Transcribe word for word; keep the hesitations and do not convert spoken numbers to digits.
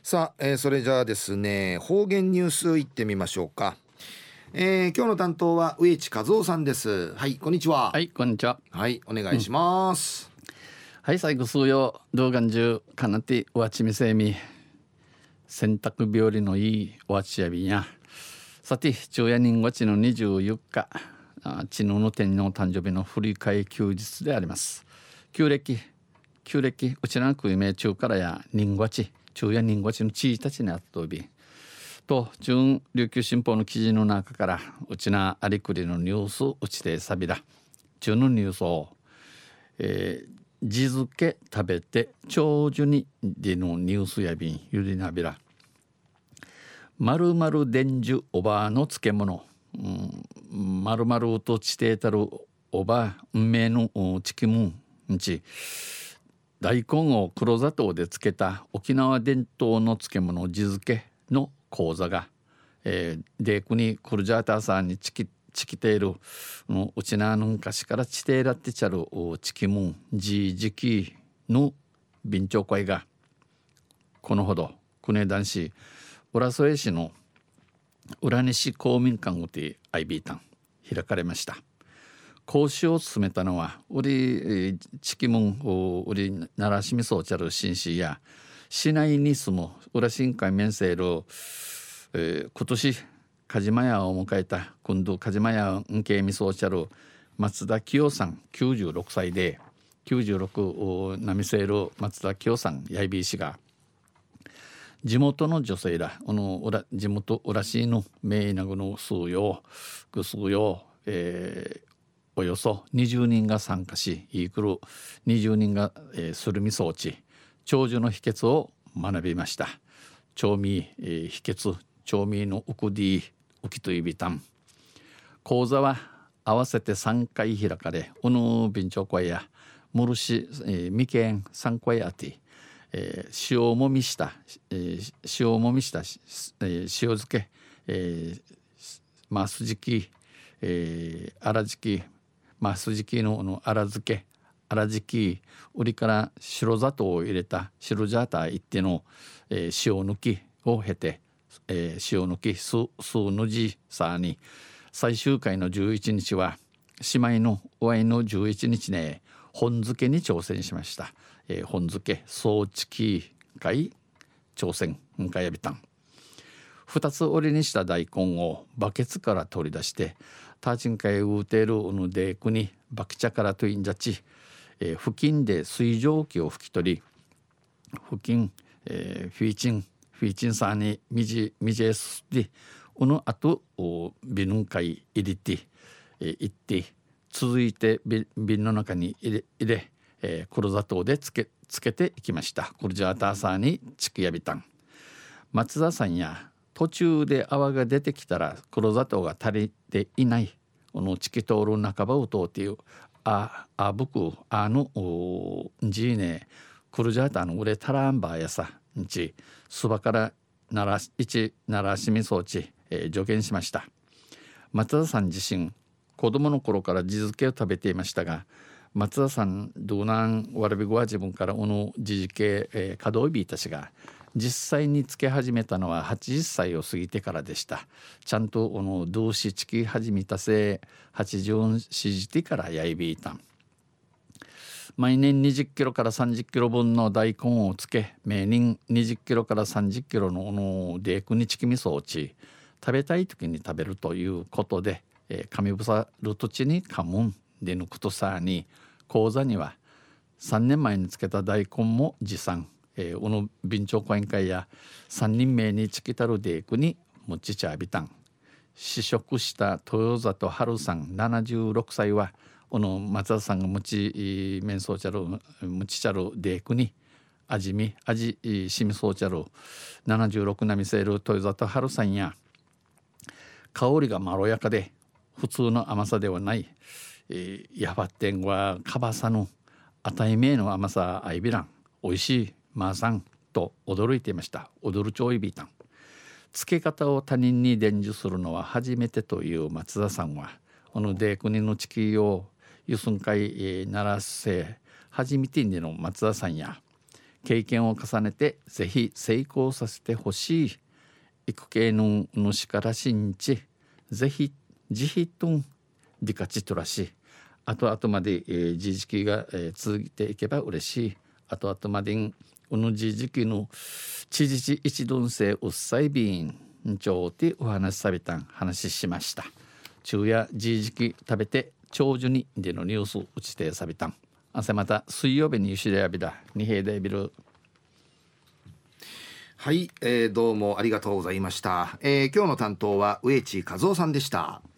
さあ、えーそれじゃあですね、方言ニュースいってみましょうか。えー今日の担当は植地和夫さんです。はい、こんにちは。 はい、こんにちは。 はい、お願いします。 はい、最後数曜動画中かなっておわちみせみ洗濯日和のいいおわちやびんや。さて昼夜人ごちのにじゅうよっか、あ知能の天皇誕生日の振り替え休日であります。旧暦旧暦うちなくいめ中からや人ごち昼夜人ごちのちいたちにあっとびと準琉球新報の記事の中からうちなありくりのニュースうちでさびら中のニュースを、えー地漬け食べて長寿にでのニュースやびんゆりなびらまるまる伝授おばあの漬物、まるまるとちてたるおばあ運命のチキムンんち大根を黒砂糖で漬けた沖縄伝統の漬物地漬けの講座が、えー、デークにクルジャーターさんにチキチキテールのうちなの昔からチテーラってちゃるチキムンジージキの備長会がこのほど国枝男子浦添市の浦西公民館をてアイビータン開かれました。講師を務めたのはウリチキムンウリ奈良市みそうちゃる紳士や市内に住む浦新海面せる、えー、今年カジマヤを迎えた今度カジマヤんけみそうちゃる松田清さんきゅうじゅうろくさいできゅうじゅうろくなみせる松田清さんやいびい氏が地元の女性らこの裏地元浦市の名なぐの数用ぐ数用、えー、およそにじゅうにんが参加しイークルにじゅうにんが、えー、するみ装置長寿の秘訣を学びました。調味、えー、秘訣調味のウクディウキといびたん講座は合わせてさんかい開かれうぬ備長会やムルシ、えー、みけんさんかいあてえー、塩もみした、えー、塩もみした、えー、塩漬け、えー、まあすじき、えー、あらじき、まあすじきののあら漬け、あらじき、売りから白砂糖を入れた白ジャーター一手の、えー、塩抜きを経て、えー、塩抜きすすぬじさに最終回のじゅういちにちは姉妹のお会いのじゅういちにちね本漬けに挑戦しました。えー、本漬け総チキ会挑戦んかやびたんふたつ折りにした大根をバケツから取り出してターチンカイウーテルウヌデークにバキチャからトゥインジャチ、えー、付近で水蒸気を拭き取り付近、えー、フィーチンフィーチンさんにみじみじえすでうぬあとビヌンカイ入れて、えー、行って続いて瓶の中に入れ入れえー、黒砂糖でつけつけていきました。クルジャーターサーにチキヤビタン松田さんや途中で泡が出てきたら黒砂糖が足りていないこのチキトール半ばうとうっていうああぶくあのじーねクルジャーターの売れタランバーやさんちそばから奈良一奈良市民装置、えー、助言しました。松田さん自身子供の頃から地漬けを食べていましたが松田さんドーナンワラビゴは自分からおの地漬け、えー、稼働日たちが実際につけ始めたのははちじゅっさいを過ぎてからでした。ちゃんとおの同士つき始めたせはちじゅうよん時てからやいびいたん毎年にじゅっキロからさんじゅっキロ分の大根をつけ毎年にじゅっキロからさんじゅっキロのおのデークにチキ味噌をち食べたい時に食べるということで、えー、神ぶさる土地にかむんでぬくとさに講座にはさんねんまえにつけた大根も持参、えー、おの備長講演会やさんにん名にチキタルデークにむちちゃびたん試食した豊里春さんななじゅうろくさいはおの松田さんがむち面相ちゃるむちちゃるデークに味見味しみそうちゃるななじゅうろくなみせる豊里春さんや香りがまろやかで普通の甘さではないえー、やばってんはかばさぬあたいめの甘さあいびらんおいしいまーさんと驚いていました。踊るちょいびたん漬け方を他人に伝授するのは初めてという松田さんはこので国の地球をゆすんかい、えー、ならせ初めてにの松田さんや経験を重ねてぜひ成功させてほしい育系の主から信じぜひ自費とんディカチトラしあとあとまで、えー、時期が、えー、続いていけば嬉しいあとあとまでんうぬじ時期の知事一丼性うっさいびんちょうてお話しさびたん話しました昼夜じ時期食べて長寿にでのニュース打ちてさびたん朝また水曜日にゆしでやびだ二平でビルはい、えー、どうもありがとうございました、えー、今日の担当は植地和夫さんでした。